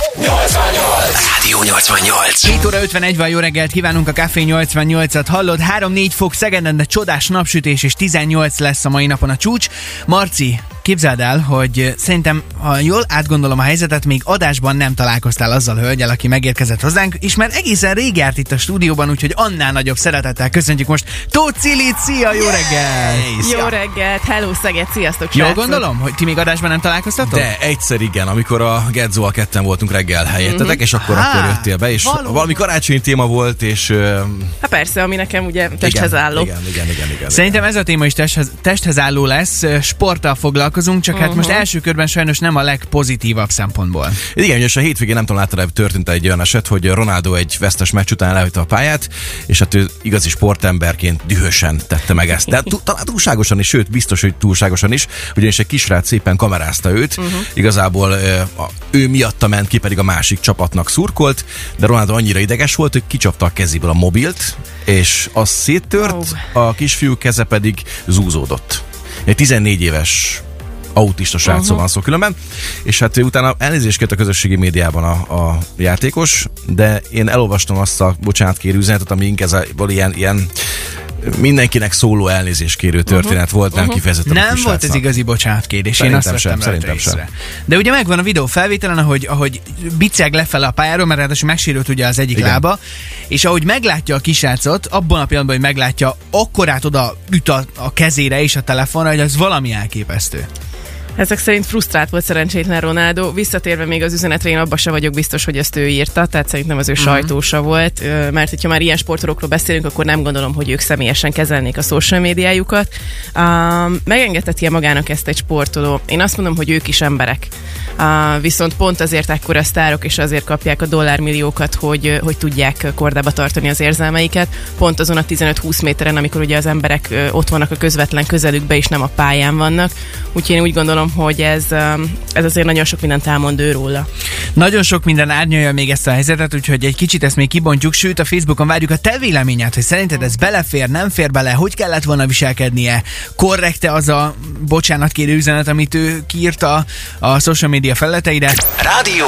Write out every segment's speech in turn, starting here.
Rádió 88. 7 óra 51 van, jó reggelt kívánunk, a Café 88-at hallod. 3-4 fok Szegeden, de csodás napsütés, és 18 lesz a mai napon a csúcs. Marci, képzeld el, hogy szerintem, ha jól átgondolom a helyzetet, még adásban nem találkoztál azzal a hölgyel, aki megérkezett hozzánk, és már egészen rég járt itt a stúdióban, úgyhogy annál nagyobb szeretettel köszöntjük most Tóth Cilit. Szia, jó reggelt! Jó reggelt, hello Szeged, sziasztok Jól srácok. gondolom, hogy ti még adásban nem találkoztatok? De egyszer igen, amikor a Gedzóval ketten voltunk reggel helyettetek, és akkor jöttél be, és valami karácsonyi téma volt, és... Hát persze, ami nekem ugye testhez álló. Igen. Szerintem ez a téma is testhez álló lesz, sporttal foglalkozunk, csak hát most első körben sajnos nem a legpozitívabb szempontból. Igen, és a hétvégén nem tudom, láttad, történt egy olyan eset, hogy Ronaldo egy vesztes meccs után lehagyta a pályát, és hát ő igazi sportemberként dühösen tette meg ezt. De talán túlságosan is, sőt, biztos, hogy túlságosan is, ugyanis egy kisrác szépen kamerázta őt, igazából ő miatta ment ki, pedig a másik csapatnak szurkolt, de Ronaldo annyira ideges volt, hogy kicsapta a kezéből a mobilt, és az széttört, a kisfiú keze pedig zúzódott. Egy 14 éves autista srácról van szó különben, és hát utána elnézést kért a közösségi médiában a játékos, de én elolvastam azt a bocsánatkérő üzenetet, ami igazából ilyen mindenkinek szóló elnézéskérő történet volt, nem kifejezetten nem volt ez igazi bocsánatkérés, én azt vettem rajta észre. De ugye megvan a videó felvételen, ahogy biceg lefele a pályáról, mert ráadásul megsérült ugye az egyik lába, és ahogy meglátja a kisrácot, abban a pillanatban, hogy meglátja, akkorát oda üt a kezére és a telefonra, hogy az valami elképesztő. Ezek szerint frusztrált volt szerencsétlen Ronaldo. Visszatérve még az üzenetre, én abban sem vagyok biztos, hogy ezt ő írta, tehát szerintem az ő sajtósa volt, mert hogyha már ilyen sportolókról beszélünk, akkor nem gondolom, hogy ők személyesen kezelnék a social médiájukat. Megengedheti magának ezt egy sportoló. Én azt mondom, hogy ők is emberek. Viszont pont azért ekkora sztárok, és azért kapják a dollármilliókat, hogy tudják kordába tartani az érzelmeiket. Pont azon a 15-20 méteren, amikor ugye az emberek ott vannak a közvetlen közelükbe, és nem a pályán vannak. Úgyhogy én úgy gondolom, hogy ez azért nagyon sok mindent elmond ő róla. Nagyon sok minden árnyalja még ezt a helyzetet, úgyhogy egy kicsit ezt még kibontjuk, sőt a Facebookon várjuk a te véleményed, hogy szerinted ez belefér, nem fér bele, hogy kellett volna viselkednie, korrekte az a bocsánatkérő üzenet, amit ő kiírta a social media felületeire. Rádió.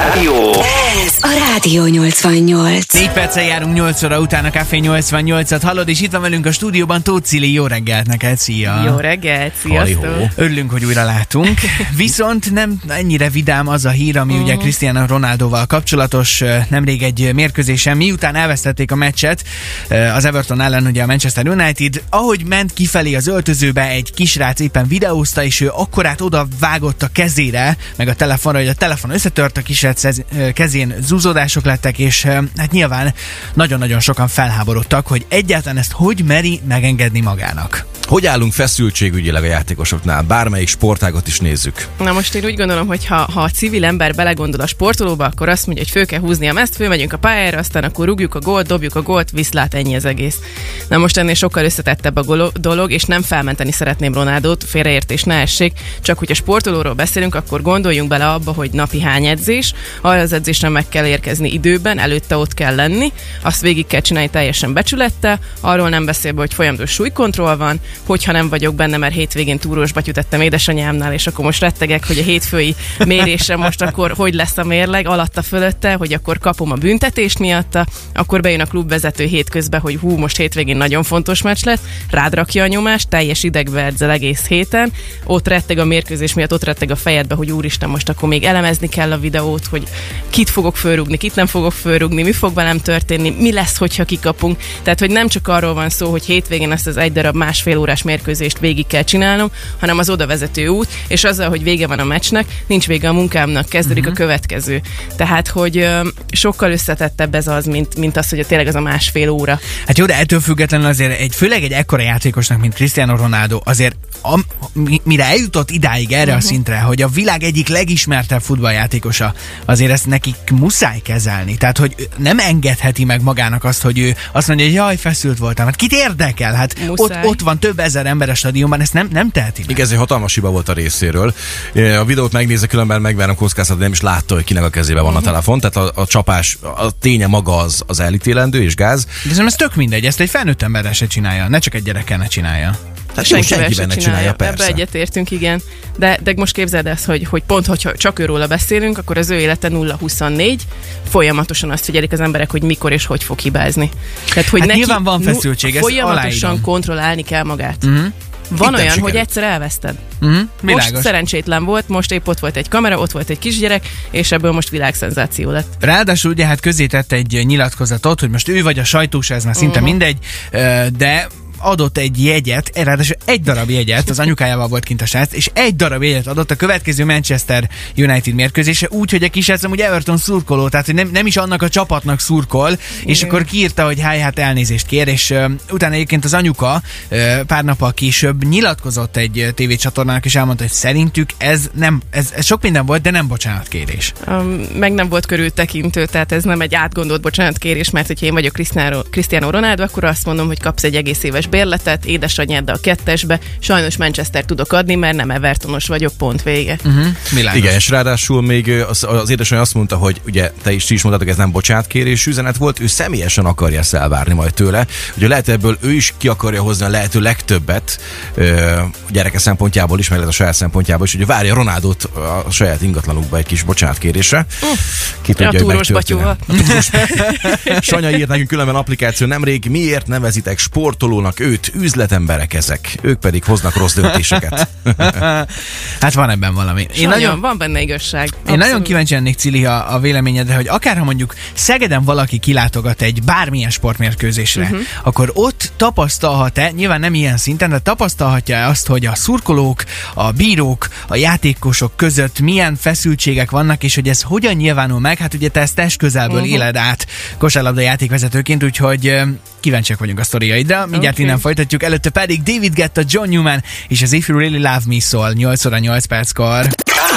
Ez a Rádió 88. 4 perccel járunk 8 óra után, a Café 88-at hallod, és itt van velünk a stúdióban Tóth Cili. Jó reggelt neked, szia! Jó reggelt, sziasztok! Örülünk, hogy újra látunk. Viszont nem ennyire vidám az a hír, ami ugye Cristiano Ronaldoval kapcsolatos. Nemrég egy mérkőzésen, miután elvesztették a meccset az Everton ellen, ugye a Manchester United, ahogy ment kifelé az öltözőbe, egy kisrác éppen videózta, és ő akkorát oda vágott a kezére, meg a telefonra, hogy a telefon összetört, a kisrác kezén zúzódások lettek, és hát nyilván nagyon-nagyon sokan felháborodtak, hogy egyáltalán ezt hogy meri megengedni magának. Hogy állunk feszültségügyileg a játékosoknál? Bármelyik sportágat is nézzük. Na most én úgy gondolom, hogy ha a civil ember belegondol a sportolóba, akkor azt mondja, hogy föl kell húzni a mezt, fölmegyünk a pályára, aztán akkor rúgjuk a gólt, dobjuk a gólt, viszlát, ennyi az egész. Na most ennél sokkal összetettebb a dolog, és nem felmenteni szeretném Ronaldót, félreértés ne essék, csak hogy a sportolóról beszélünk, akkor gondoljunk bele abba, hogy napi hány edzés, arra az edzésre meg kell érkezni időben, előtte ott kell lenni, azt végig kell csinálni teljesen becsülettel, arról nem beszélve, hogy folyamatos súlykontroll van, hogyha nem vagyok benne, mert hétvégén túrós batyut ettem édesanyámnál, és akkor most rettegek, hogy a hétfői mérésre most akkor hogy lesz a mérleg, alatta fölötte, hogy akkor kapom a büntetést miatta, akkor bejön a klubvezető hétközben, hogy most hétvégén nagyon fontos meccs lett, rád rakja a nyomást, teljes idegbe edzel egész héten, ott retteg a mérkőzés miatt, ott retteg a fejedbe, hogy úristen, most akkor még elemezni kell a videót, hogy kit fogok fölrúgni, kit nem fogok fölrúgni, mi fog velem történni, mi lesz, hogyha kikapunk. Tehát, hogy nem csak arról van szó, hogy hétvégén ezt az egy darab másfél órás mérkőzést végig kell csinálnom, hanem az oda vezető út, és azzal, hogy vége van a meccsnek, nincs vége a munkámnak, kezdődik a következő. Tehát, hogy sokkal összetettebb ez az, mint az, hogy tényleg az a másfél óra. Hát jó, de ettől függetlenül azért főleg egy ekkora játékosnak, mint Cristiano Ronaldo, azért mire eljutott idáig erre a szintre, hogy a világ egyik legismertebb futballjátékosa, azért ezt nekik muszáj kezelni. Tehát, hogy nem engedheti meg magának azt, hogy ő azt mondja, hogy jaj, feszült voltam. Hát kit érdekel? Hát ott van több ezer ember a stadionban, ezt nem teheti meg. Igen, ez egy hatalmas hiba volt a részéről. A videót megnézve, különben megvárom kockáztat, nem is látta, hogy kinek a kezében van a telefon, tehát a csapás, a ténye maga az elítélendő és gáz. De ez tök mindegy, ezt egy felnőtt emberrel se csinálja, ne csak egy gyerekkel ne csinálja. senkivel se benne csinálja. persze. Ebbe egyetértünk, igen. De most képzeld ezt, hogy pont, hogyha csak őróla beszélünk, akkor az ő élete 0-24, folyamatosan azt figyelik az emberek, hogy mikor és hogy fog hibázni. Tehát, hogy Hát neki nyilván van feszültség, ezt folyamatosan aláírom. kontrollálni kell magát. Uh-huh. Van Itt olyan, nem hogy sikerült. egyszer elveszted. Világos. Most szerencsétlen volt, most épp ott volt egy kamera, ott volt egy kisgyerek, és ebből most világszenzáció lett. Ráadásul ugye hát közzétett egy nyilatkozatot, hogy most ő vagy a sajtós, ez már szinte mindegy, de adott egy jegyet, ráadásul egy darab jegyet, az anyukájával volt kint a srác, és egy darab jegyet adott a következő Manchester United mérkőzése, úgy, hogy a kisrác ugye Everton szurkoló, tehát hogy nem is annak a csapatnak szurkol, és akkor kiírta, hogy hát elnézést kér, és utána egyébként az anyuka pár nappal később nyilatkozott egy tévécsatornának, és elmondta, hogy szerintük ez sok minden volt, de nem bocsánatkérés. Meg nem volt körültekintő, tehát ez nem egy átgondolt bocsánatkérés, mert hogyha én vagyok Cristiano Ronaldo, akkor azt mondom, hogy kapsz egy egész éves bérletet, édesanyjáddal 2-esbe, sajnos Manchester tudok adni, mert nem Evertonos vagyok, pont vége. Igen, és ráadásul még az édesanyja azt mondta, hogy ugye te is mondtátok, ez nem bocsánatkérés üzenet volt, ő személyesen akarja ezt elvárni majd tőle. Ugye lehet ebből ő is ki akarja hozni a lehető legtöbbet gyereke szempontjából is, meg a saját szempontjából is, hogy várja Ronaldot a saját ingatlanukba egy kis bocsánatkérésre. Ki tudja, hogy túros batyúval. Sanya írt nekünk különben applikáció nemrég, miért nevezitek sportolónak őt, üzletemberek ezek, ők pedig hoznak rossz döntéseket. Hát van ebben valami. Van benne igazság. Én nagyon kíváncsi lennék, Cili, a véleményedre, hogy akárha mondjuk Szegeden valaki kilátogat egy bármilyen sportmérkőzésre, akkor ott tapasztalhat-e, nyilván nem ilyen szinten, de tapasztalhatja azt, hogy a szurkolók, a bírók, a játékosok között milyen feszültségek vannak, és hogy ez hogyan nyilvánul meg? Hát ugye te ezt testközelből éled át kosárlabda játékvezetőként, úgyhogy kíváncsiak vagyunk a sztoriaidra. Mindjárt innen folytatjuk, előtte pedig David Guetta, John Newman és az If You Really Love Me szól 8 óra 8 perckor.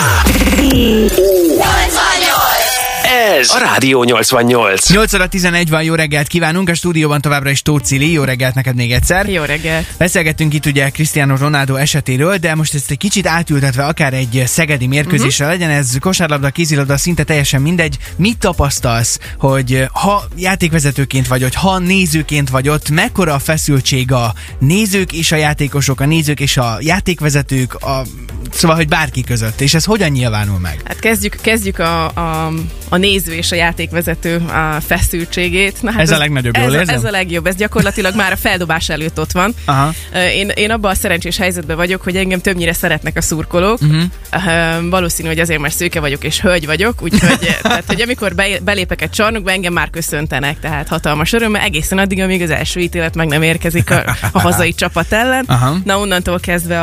Ez a Rádió 88. 8 óra 11 van, jó reggelt kívánunk, a stúdióban továbbra is Tóth Cili, jó reggelt neked még egyszer. Jó reggelt. Beszélgettünk itt ugye Cristiano Ronaldo esetéről, de most ezt egy kicsit átültetve akár egy szegedi mérkőzésre legyen, ez kosárlabda, kézilabda, szinte teljesen mindegy. Mit tapasztalsz, hogy ha játékvezetőként vagy ott, ha nézőként vagy ott, mekkora a feszültség a nézők és a játékosok, a nézők és a játékvezetők, szóval, hogy bárki között, és ez hogyan nyilvánul meg? Hát kezdjük a néző és a játékvezető a feszültségét. Na, hát ez a legnagyobb, jól érzem? Ez a legjobb, ez gyakorlatilag már a feldobás előtt ott van. Aha. Én abban a szerencsés helyzetben vagyok, hogy engem többnyire szeretnek a szurkolók. Valószínű, hogy azért, mert szőke vagyok és hölgy vagyok, úgyhogy tehát, hogy amikor belépek egy csarnokba, engem már köszöntenek, tehát hatalmas örömmel, egészen addig, amíg az első ítélet meg nem érkezik a hazai csapat ellen. Aha. Na, onnantól kezdve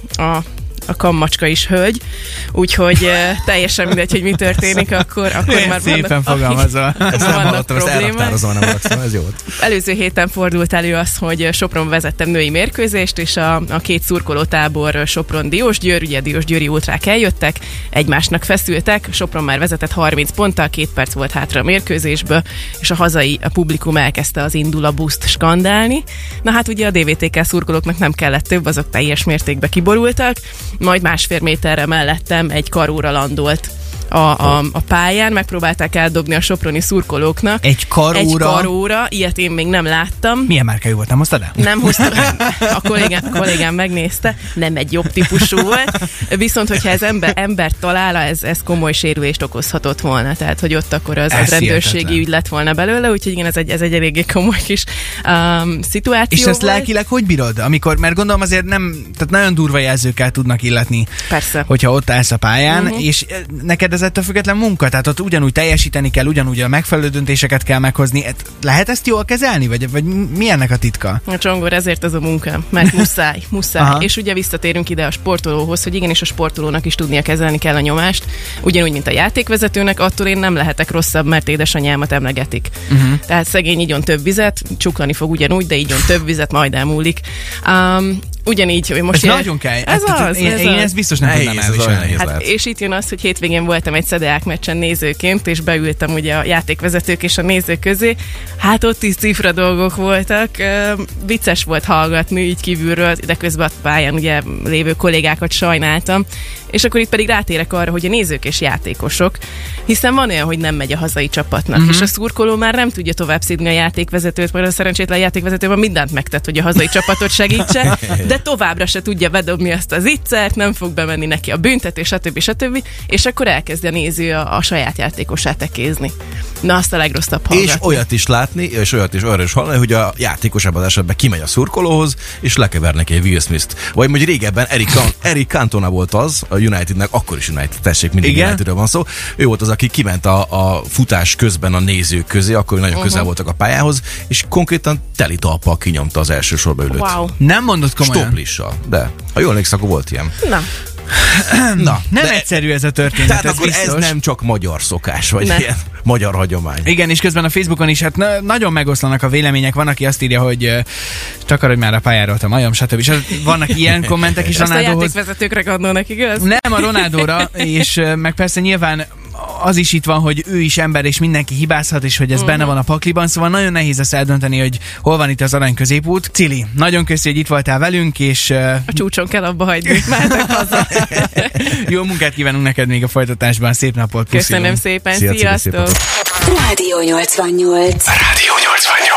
a kammacska is hölgy, úgyhogy teljesen mindegy, hogy mi történik, akkor már szépen fogalmazol. Vannak problémák. Ez jó. Előző héten fordult elő az, hogy Sopron vezettem női mérkőzést, és a két szurkolótábor Sopron Diósgyőr, ugye Diósgyőri ultrák eljöttek, egymásnak feszültek, Sopron már vezetett 30 ponttal, 2 perc volt hátra a mérkőzésből, és a hazai publikum elkezdte az indul a buszt skandálni. Na hát ugye a DVTK szurkolóknak nem kellett több, azok teljes mértékben kiborultak, majd 1,5 méterre mellettem egy karóra landolt a pályán, megpróbálták eldobni a soproni szurkolóknak. Egy karóra? Ilyet én még nem láttam. Milyen márkájú volt? Nem hoztad el? Nem hoztam. A kollégám megnézte, nem egy jobb típusú volt. Viszont, hogyha ez ember talál, ez komoly sérülést okozhatott volna. Tehát, hogy ott akkor az rendőrségi ügy lett volna belőle, úgyhogy igen, ez egy eléggé komoly kis szituáció. És ezt lelkileg hogy bírod? Mert gondolom azért tehát nagyon durva jelzőkkel tudnak illetni. Persze. Hogyha ott állsz a pályán, és neked ez ettől független munka, tehát ott ugyanúgy teljesíteni kell, ugyanúgy a megfelelő döntéseket kell meghozni. Lehet ezt jól kezelni, vagy mi ennek a titka? A Csongor, ezért ez a munkám, mert muszáj. És ugye visszatérünk ide a sportolóhoz, hogy igenis a sportolónak is tudnia kezelni kell a nyomást, ugyanúgy, mint a játékvezetőnek, attól én nem lehetek rosszabb, mert édesanyámat emlegetik. Tehát szegény igyon több vizet, csuklani fog ugyanúgy, de igyon több vizet, majd elmúlik. Ugyanígy, hogy most... Ez nagyon kell. Én ezt biztos nem tudnám elviselni. Hát, és itt jön az, hogy hétvégén voltam egy Szedeák meccsen nézőként, és beültem ugye a játékvezetők és a nézők közé. Hát ott is cifra dolgok voltak. Vicces volt hallgatni így kívülről, de közben a pályán ugye lévő kollégákat sajnáltam. És akkor itt pedig rátérek arra, hogy a nézők és játékosok, hiszen van olyan, hogy nem megy a hazai csapatnak, és a szurkoló már nem tudja tovább szidni a játékvezetőt, mert a szerencsétlen játékvezető már mindent megtett, hogy a hazai csapatot segítse, de továbbra se tudja bedobni azt az iccert, nem fog bemenni neki a büntetés, stb. És akkor elkezdi a néző a saját játékosát tekézni. Na, azt a legrosszabb hallgatni. És olyat is látni, és arra is hallani, hogy a játékos ebben az esetben kimegy a szurkolóhoz, és lekever neki egy Will Smith-t. Vagy mondjuk régebben Eric Cantona volt az, a Unitednek, akkor is United, tessék, mindig Unitedről van szó. Ő volt az, aki kiment a futás közben a nézők közé, akkor nagyon közel voltak a pályához, és konkrétan teli talppal kinyomta az első sorba ülőt. Wow. Nem mondod komolyan? Stoplissal, de ha jól emlékszem, akkor volt ilyen. Na. Nem egyszerű ez a történet, Tehát ez akkor biztos. ez nem csak magyar szokás, vagy ilyen magyar hagyomány. Igen, és közben a Facebookon is hát nagyon megoszlanak a vélemények. Van, aki azt írja, hogy takarodj már a pályáról, a majom, stb. És vannak ilyen kommentek is Ezt a Ronaldóhoz. játékvezetőkre gondolnak, igaz? Nem, a Ronaldóra, és meg persze nyilván az is itt van, hogy ő is ember, és mindenki hibázhat, és hogy ez benne van a pakliban, szóval nagyon nehéz ezt eldönteni, hogy hol van itt az arany középút. Cili, nagyon köszi, hogy itt voltál velünk, és A csúcson kell abba hagyni, mehetek haza. jó munkát kívánunk neked még a folytatásban, szép napot, puszilunk. Köszönöm szépen, Szia, Cili, szép sziasztok! napot. Rádió 88. Rádió 88.